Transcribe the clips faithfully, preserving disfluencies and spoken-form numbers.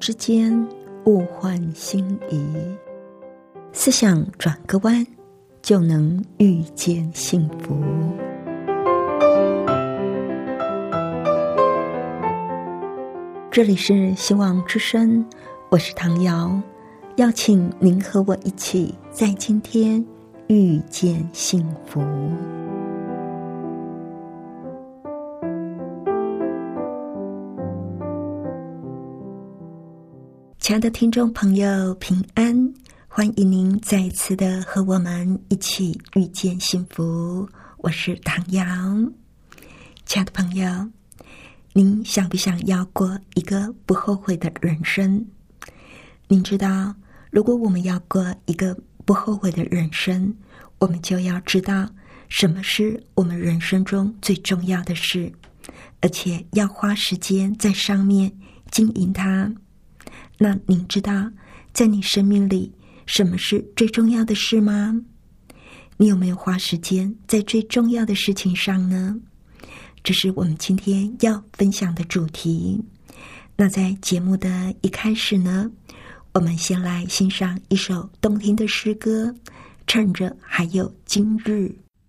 之间，物换星移，思想转个弯，就能遇见幸福。这里是希望之声，我是唐瑶，邀请您和我一起在今天遇见幸福。亲爱的听众朋友，平安，欢迎您再一次的和我们一起遇见幸福。我是唐瑶。亲爱的朋友，您想不想要过一个不后悔的人生？您知道，如果我们要过一个不后悔的人生，我们就要知道什么是我们人生中最重要的事，而且要花时间在上面经营它。那您知道，在你生命里什么是最重要的事吗？你有没有花时间在最重要的事情上呢？这是我们今天要分享的主题。那在节目的一开始呢，我们先来欣赏一首动听的诗歌，趁着还有今日。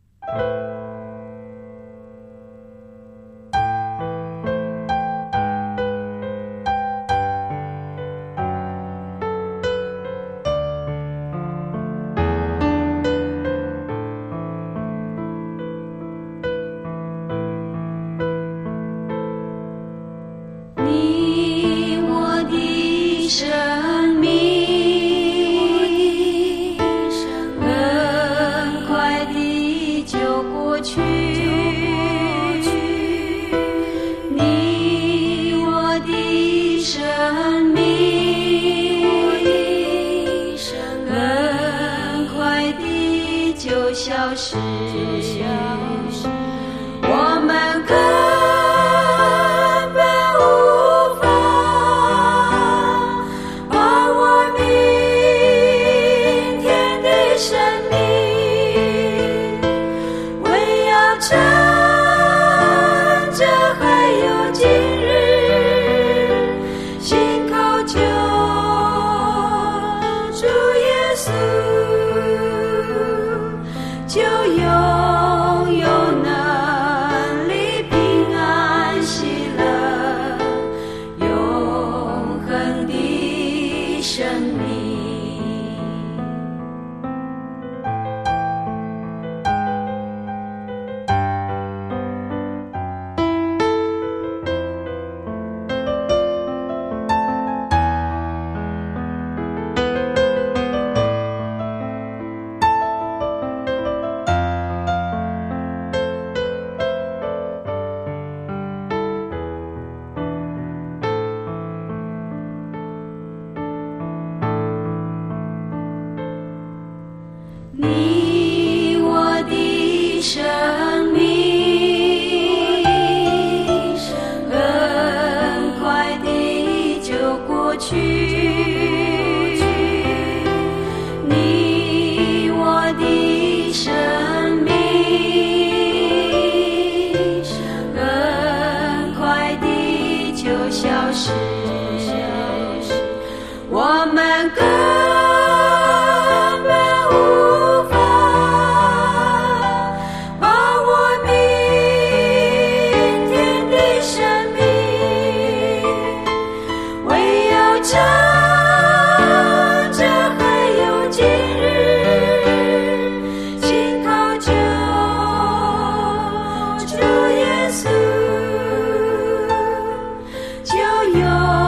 消失，我们根本无法把握明天的生命，唯要趁着还有今日，信靠救主耶稣，就拥有能力、平安、喜乐、永恒的生命。你我的生命很快地就过去，你我的生命很快地就消失，我们更就拥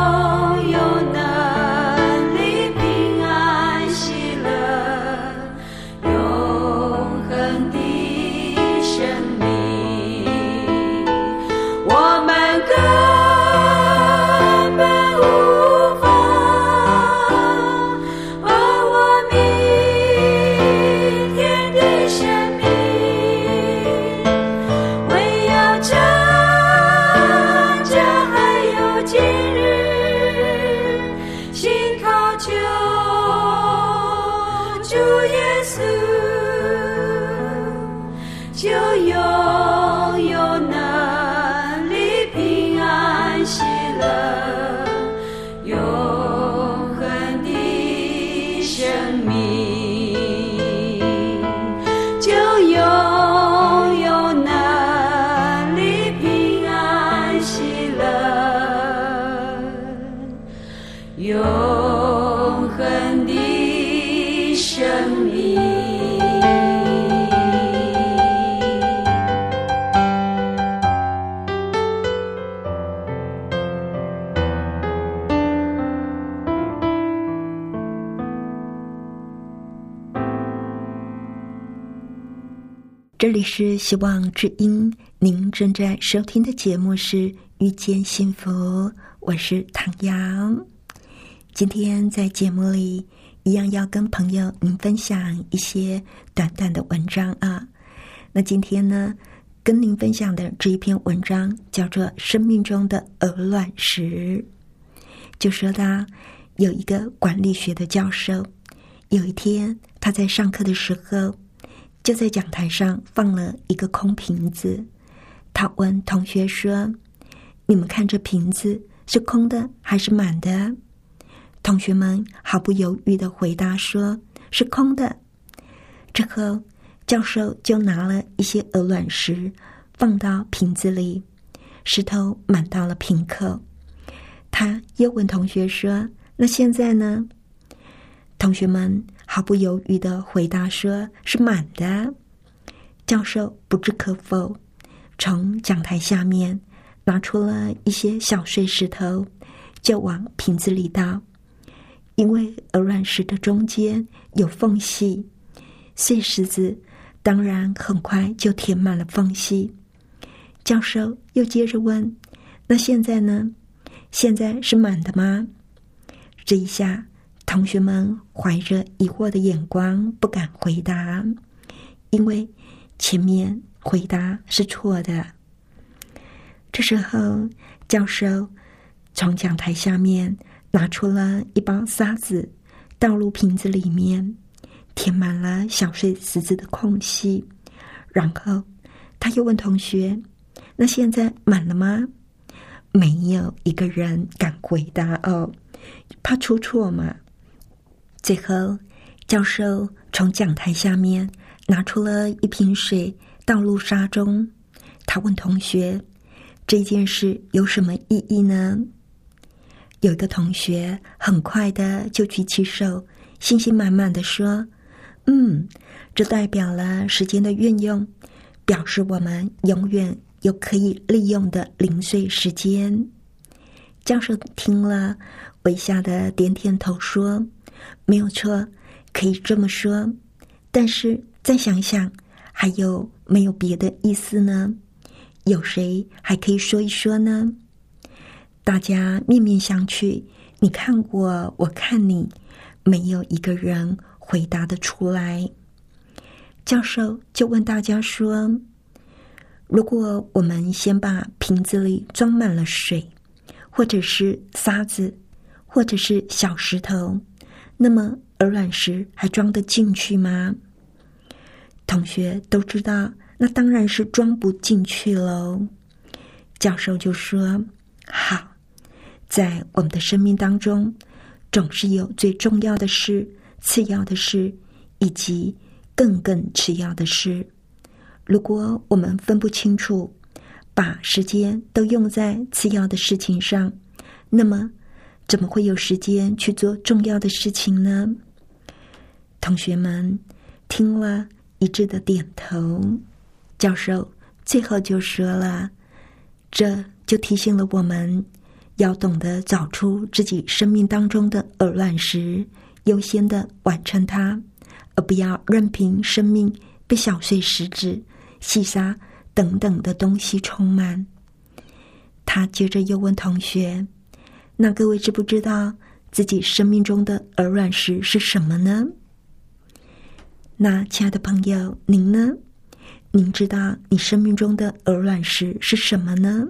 这里是希望之音，您正在收听的节目是遇见幸福，我是唐瑶。今天在节目里一样要跟朋友您分享一些短短的文章啊。那今天呢，跟您分享的这一篇文章叫做《生命中的鹅卵石》。就说到有一个管理学的教授，有一天他在上课的时候，就在讲台上放了一个空瓶子。他问同学说，你们看这瓶子是空的还是满的？同学们毫不犹豫地回答说是空的。之后教授就拿了一些鹅卵石放到瓶子里，石头满到了瓶口。他又问同学说，那现在呢？同学们毫不犹豫地回答说是满的。教授不置可否，从讲台下面拿出了一些小碎石头，就往瓶子里倒。因为鹅卵石的中间有缝隙，碎石子当然很快就填满了缝隙。教授又接着问，那现在呢？现在是满的吗？这一下同学们怀着疑惑的眼光不敢回答，因为前面回答是错的。这时候教授从讲台下面拿出了一包沙子，倒入瓶子里面，填满了小碎石子的空隙。然后他又问同学，那现在满了吗？没有一个人敢回答哦，怕出错嘛。最后教授从讲台下面拿出了一瓶水，倒入沙中。他问同学，这件事有什么意义呢？有一个同学很快的就举起手，信心满满的说，嗯，这代表了时间的运用，表示我们永远有可以利用的零碎时间。教授听了，微笑的点点头说，没有错，可以这么说，但是再想想，还有没有别的意思呢？有谁还可以说一说呢？大家面面相觑，你看我，我看你，没有一个人回答得出来。教授就问大家说，如果我们先把瓶子里装满了水，或者是沙子，或者是小石头，那么鹅卵石还装得进去吗？同学都知道，那当然是装不进去喽。教授就说，好，在我们的生命当中，总是有最重要的事、次要的事，以及更更次要的事。如果我们分不清楚，把时间都用在次要的事情上，那么怎么会有时间去做重要的事情呢？同学们听了一致的点头。教授最后就说了，这就提醒了我们要懂得找出自己生命当中的鹅卵石，优先的完成它，而不要任凭生命被小碎石子、细沙等等的东西充满。他接着又问同学，那各位知不知道自己生命中的鹅卵石是什么呢？那亲爱的朋友，您呢？您知道你生命中的鹅卵石是什么呢？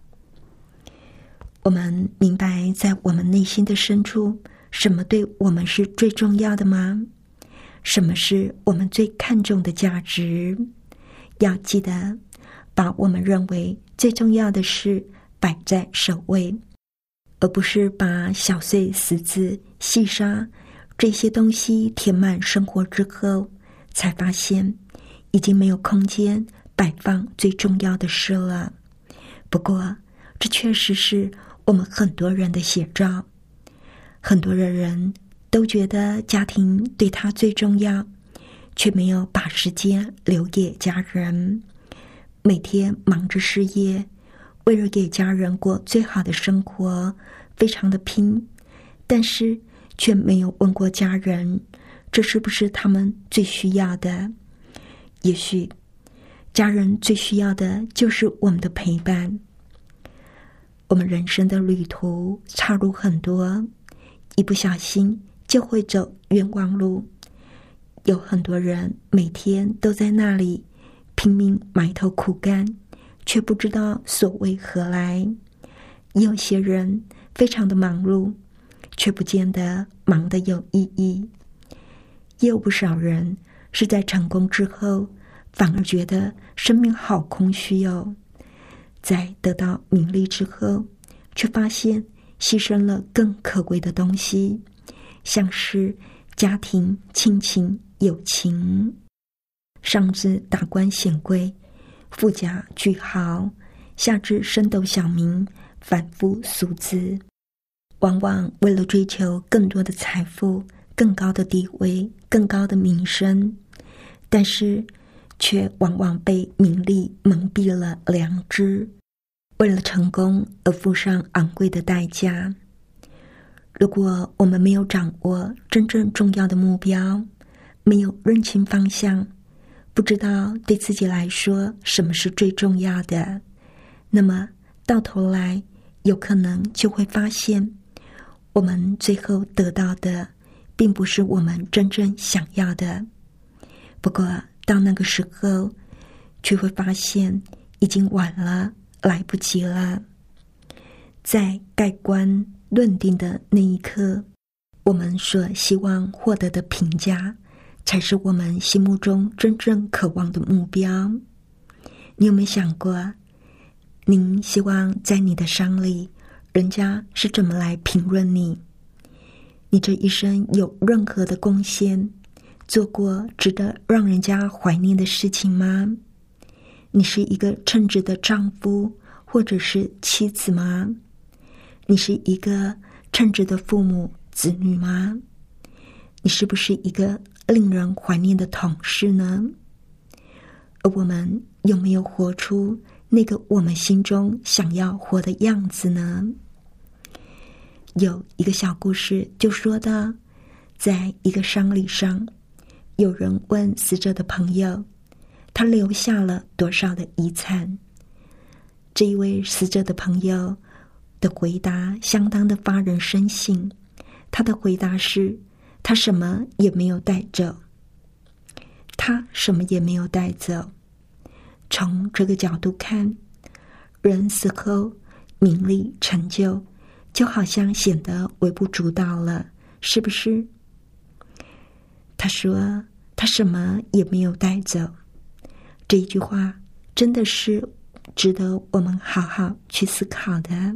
我们明白在我们内心的深处，什么对我们是最重要的吗？什么是我们最看重的价值？要记得把我们认为最重要的事摆在首位，而不是把小碎石子、细沙这些东西填满生活之后，才发现已经没有空间摆放最重要的事了。不过这确实是我们很多人的写照。很多的人都觉得家庭对他最重要，却没有把时间留给家人，每天忙着事业，为了给家人过最好的生活，非常的拼，但是却没有问过家人，这是不是他们最需要的？也许家人最需要的就是我们的陪伴。我们人生的旅途岔路很多，一不小心就会走冤枉路。有很多人每天都在那里拼命埋头苦干，却不知道所谓何来。也有些人非常的忙碌，却不见得忙得有意义。也有不少人是在成功之后，反而觉得生命好空虚哦。在得到名利之后，却发现牺牲了更可贵的东西，像是家庭、亲情、友情。上至达官显贵、富甲巨豪，下至升斗小民、凡夫俗子，往往为了追求更多的财富、更高的地位、更高的名声，但是却往往被名利蒙蔽了良知，为了成功而付上昂贵的代价。如果我们没有掌握真正重要的目标，没有认清方向，不知道对自己来说什么是最重要的，那么到头来有可能就会发现，我们最后得到的并不是我们真正想要的。不过到那个时候，却会发现已经晚了，来不及了。在盖棺论定的那一刻，我们所希望获得的评价，才是我们心目中真正渴望的目标。你有没有想过，您希望在你的丧礼，人家是怎么来评论你？你这一生有任何的贡献，做过值得让人家怀念的事情吗？你是一个称职的丈夫或者是妻子吗？你是一个称职的父母子女吗？你是不是一个令人怀念的同事呢？而我们有没有活出那个我们心中想要活的样子呢？有一个小故事就说到，在一个丧礼上，有人问死者的朋友，他留下了多少的遗产。这一位死者的朋友的回答相当的发人深省。他的回答是，他什么也没有带走。他什么也没有带走。从这个角度看，人死后名利成就就好像显得微不足道了，是不是？他说他什么也没有带走，这一句话真的是值得我们好好去思考的。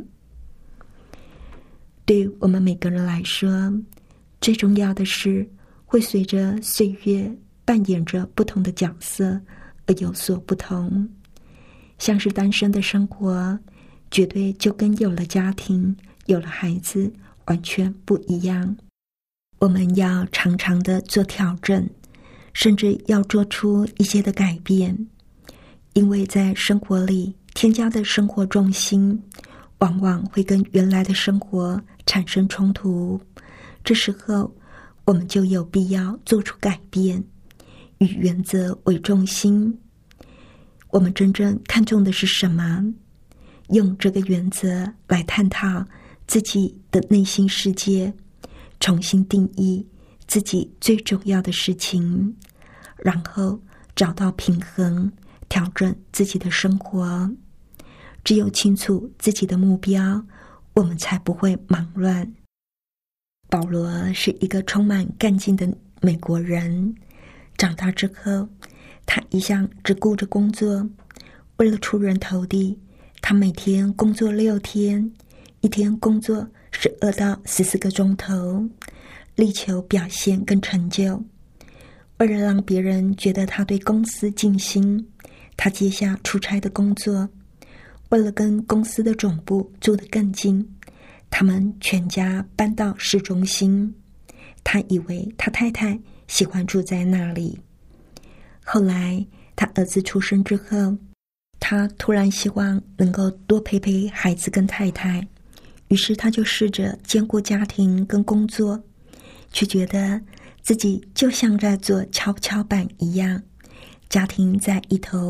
对我们每个人来说，最重要的是会随着岁月扮演着不同的角色而有所不同。像是单身的生活，绝对就跟有了家庭、有了孩子完全不一样。我们要常常的做调整，甚至要做出一些的改变，因为在生活里添加的生活重心往往会跟原来的生活产生冲突。这时候我们就有必要做出改变，以原则为重心。我们真正看重的是什么？用这个原则来探讨自己的内心世界，重新定义自己最重要的事情，然后找到平衡，调整自己的生活。只有清楚自己的目标，我们才不会忙乱。保罗是一个充满干劲的美国人，长大之后，他一向只顾着工作，为了出人头地，他每天工作六天，一天工作十二到十四个钟头，力求表现跟成就。为了让别人觉得他对公司尽心，他接下出差的工作。为了跟公司的总部住得更近，他们全家搬到市中心。他以为他太太喜欢住在那里。后来他儿子出生之后，他突然希望能够多陪陪孩子跟太太，于是他就试着兼顾家庭跟工作，却觉得自己就像在做跷跷板一样，家庭在一头，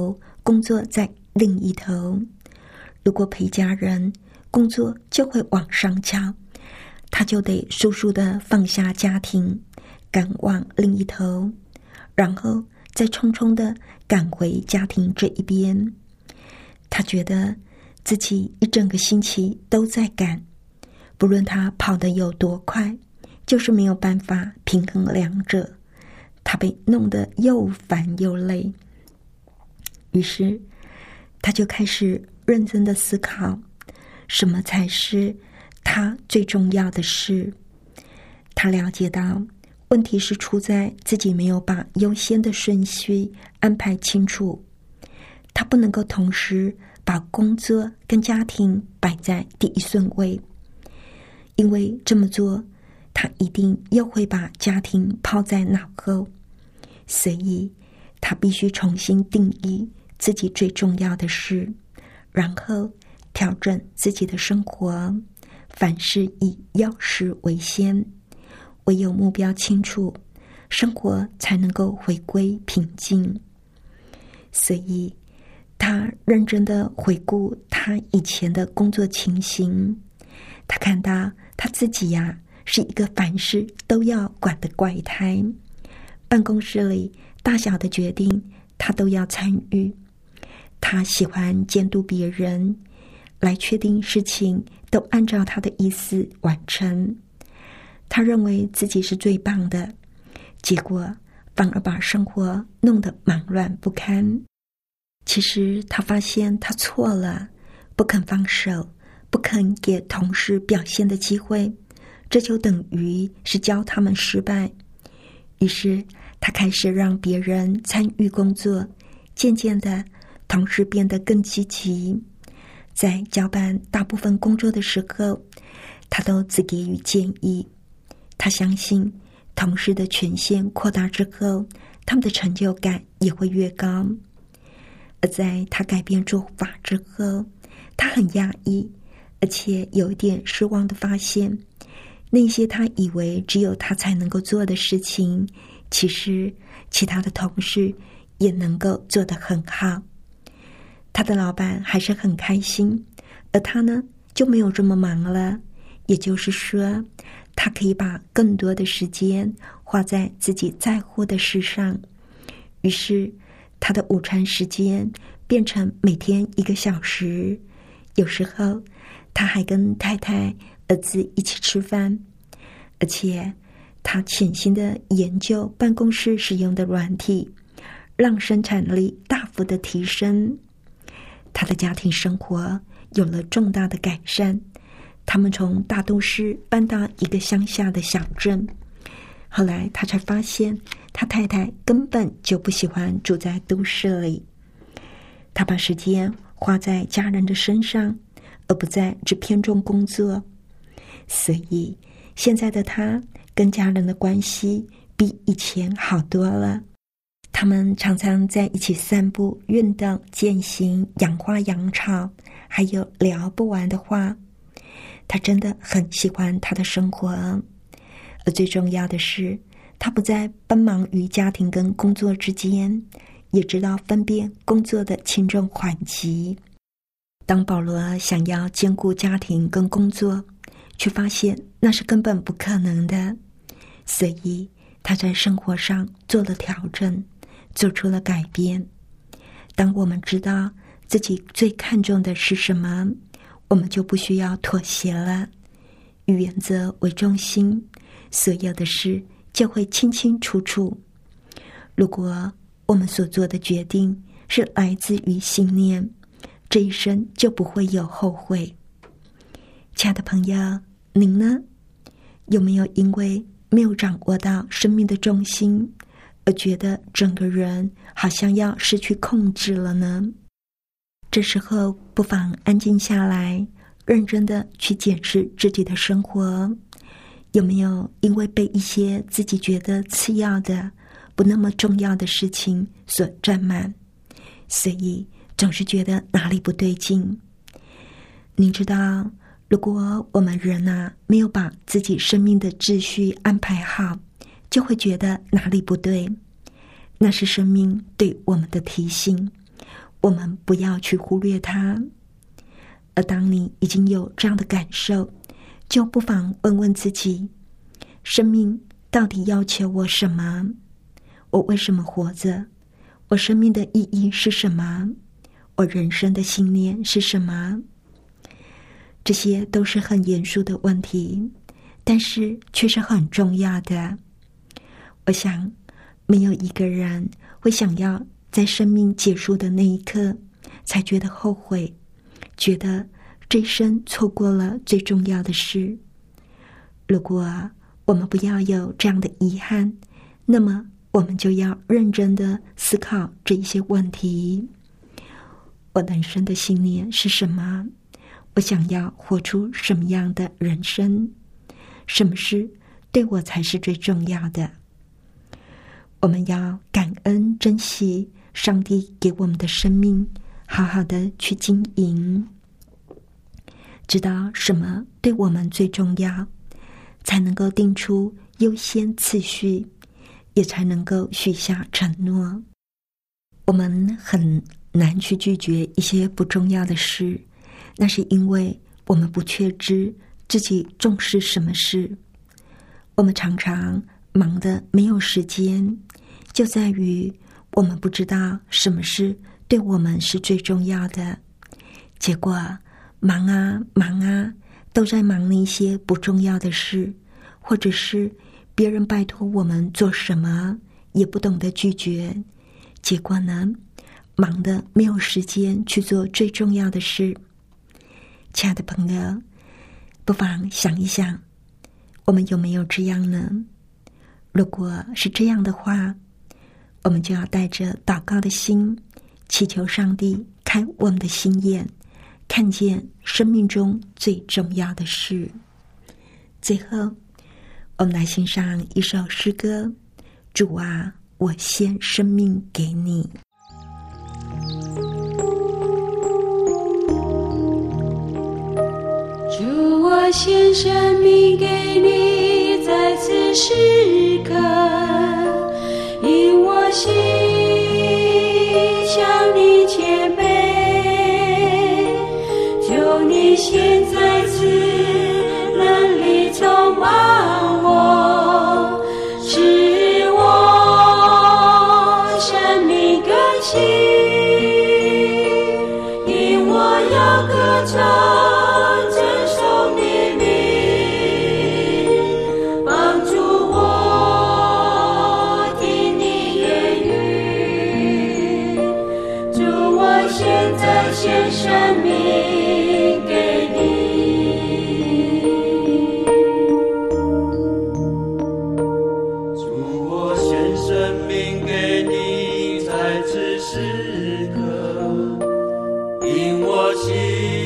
工作在另一头。如果陪家人，工作就会往上翘，他就得速速的放下家庭，赶往另一头，然后再匆匆的赶回家庭这一边。他觉得自己一整个星期都在赶，不论他跑得有多快，就是没有办法平衡两者，他被弄得又烦又累。于是他就开始认真的思考，什么才是他最重要的事。他了解到问题是出在自己没有把优先的顺序安排清楚，他不能够同时把工作跟家庭摆在第一顺位，因为这么做他一定又会把家庭抛在脑后，所以他必须重新定义自己最重要的事，然后调整自己的生活，凡事以要事为先。唯有目标清楚，生活才能够回归平静。所以他认真的回顾他以前的工作情形，他看到他自己呀、啊、是一个凡事都要管的怪胎，办公室里大小的决定他都要参与，他喜欢监督别人，来确定事情都按照他的意思完成。他认为自己是最棒的，结果反而把生活弄得忙乱不堪。其实他发现他错了，不肯放手，不肯给同事表现的机会，这就等于是教他们失败。于是他开始让别人参与工作，渐渐的同事变得更积极。在交办大部分工作的时候，他都只给予建议。他相信同事的权限扩大之后，他们的成就感也会越高。而在他改变做法之后，他很压抑，而且有一点失望的发现，那些他以为只有他才能够做的事情，其实其他的同事也能够做得很好。他的老板还是很开心，而他呢就没有这么忙了。也就是说，他可以把更多的时间花在自己在乎的事上。于是他的午餐时间变成每天一个小时，有时候他还跟太太、儿子一起吃饭，而且他潜心的研究办公室使用的软体，让生产力大幅的提升。他的家庭生活有了重大的改善，他们从大都市搬到一个乡下的小镇。后来他才发现，他太太根本就不喜欢住在都市里。他把时间花在家人的身上，而不再只偏重工作。所以现在的他跟家人的关系比以前好多了。他们常常在一起散步、运动、健行、养花养草，还有聊不完的话。他真的很喜欢他的生活，而最重要的是，他不再奔忙于家庭跟工作之间，也知道分辨工作的轻重缓急。当保罗想要兼顾家庭跟工作，却发现那是根本不可能的，所以他在生活上做了调整，做出了改变。当我们知道自己最看重的是什么，我们就不需要妥协了。以原则为中心，所有的事就会清清楚楚。如果我们所做的决定是来自于信念，这一生就不会有后悔。亲爱的朋友，您呢？有没有因为没有掌握到生命的重心，而觉得整个人好像要失去控制了呢？这时候不妨安静下来，认真的去检视自己的生活，有没有因为被一些自己觉得次要的、不那么重要的事情所占满，所以总是觉得哪里不对劲。您知道，如果我们人啊没有把自己生命的秩序安排好，就会觉得哪里不对。那是生命对我们的提醒， 我们不要去忽略它。而当你已经有这样的感受，就不妨问问自己，生命到底要求我什么？我为什么活着？我生命的意义是什么？我人生的信念是什么？这些都是很严肃的问题，但是却是很重要的。我想，没有一个人会想要在生命结束的那一刻才觉得后悔，觉得这一生错过了最重要的事。如果我们不要有这样的遗憾，那么我们就要认真的思考这一些问题。我人生的信念是什么？我想要活出什么样的人生？什么事对我才是最重要的？我们要感恩珍惜上帝给我们的生命，好好的去经营，知道什么对我们最重要，才能够定出优先次序，也才能够许下承诺。我们很难去拒绝一些不重要的事，那是因为我们不确知自己重视什么事。我们常常忙得没有时间，就在于我们不知道什么事对我们是最重要的。结果忙啊忙啊，都在忙那些不重要的事，或者是别人拜托我们做什么，也不懂得拒绝。结果呢，忙得没有时间去做最重要的事。亲爱的朋友，不妨想一想，我们有没有这样呢？如果是这样的话，我们就要带着祷告的心，祈求上帝开我们的心眼，看见生命中最重要的事。最后，我们来欣赏一首诗歌，主啊，我献生命给你。 主，我献生命给你，在此时刻，因我心向你谦卑，求你现在此能力充满我，使我生命更新，因我要歌唱献生命给你， 主，我献生命给你，在此时刻，因我心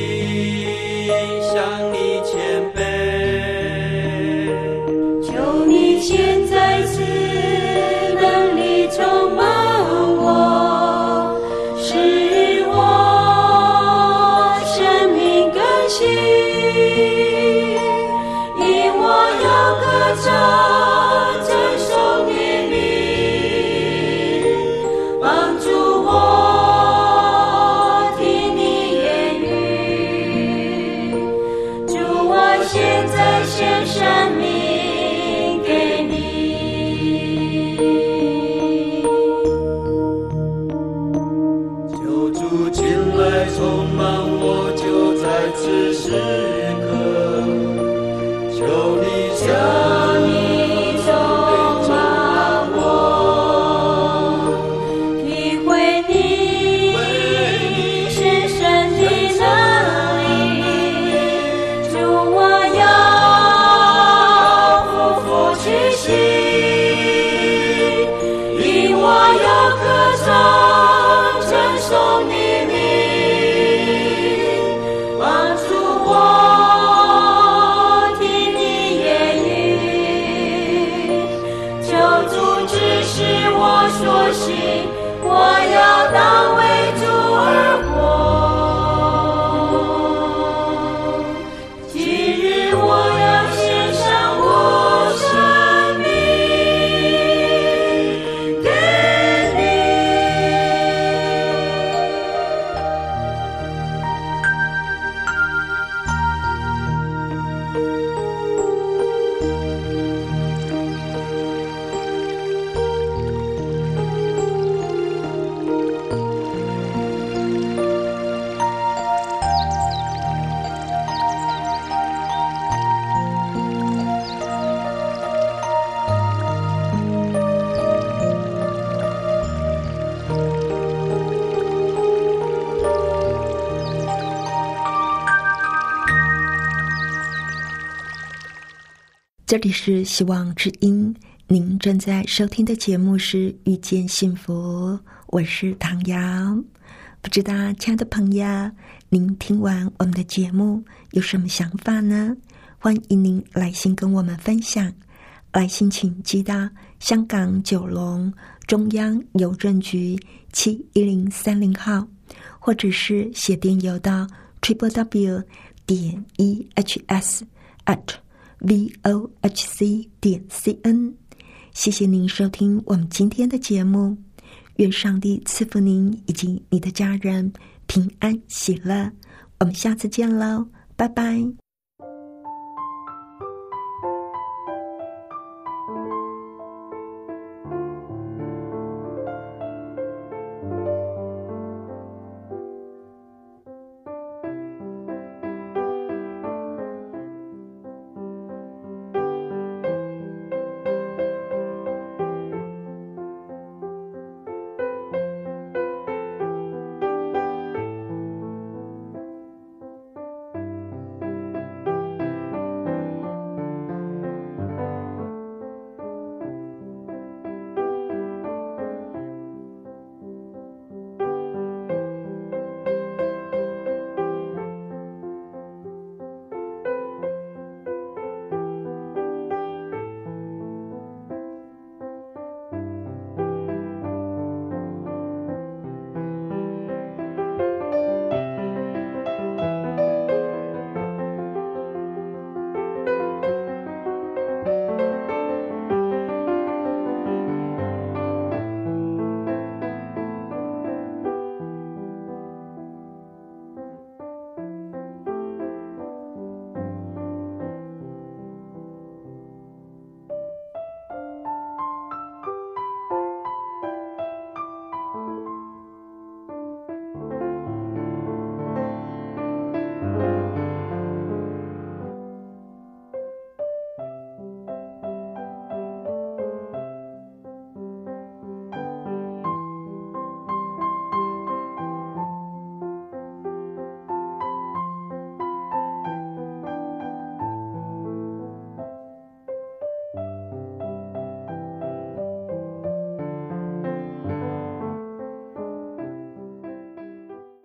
向你谦卑， 求你现在此能力充满我，使我因我要歌唱赞颂你名，帮助我听你言语。主，我现在献生命给你， 求主进来充满我，就在此时刻，求你向你充满我， 体会你神圣的能力。主，我要匍匐屈膝，因我要歌唱赞颂你名，帮助我这里是希望之音，您正在收听的节目是遇见幸福，我是唐瑶。不知道亲爱的朋友，您听完我们的节目有什么想法呢？欢迎您来信跟我们分享，来信请寄到香港九龙中央邮政局七一零三零号，或者是写电邮到 triple w 点 e h s at v o h c 点 c n。 谢谢您收听我们今天的节目，愿上帝赐福您以及你的家人平安喜乐。我们下次见喽，拜拜。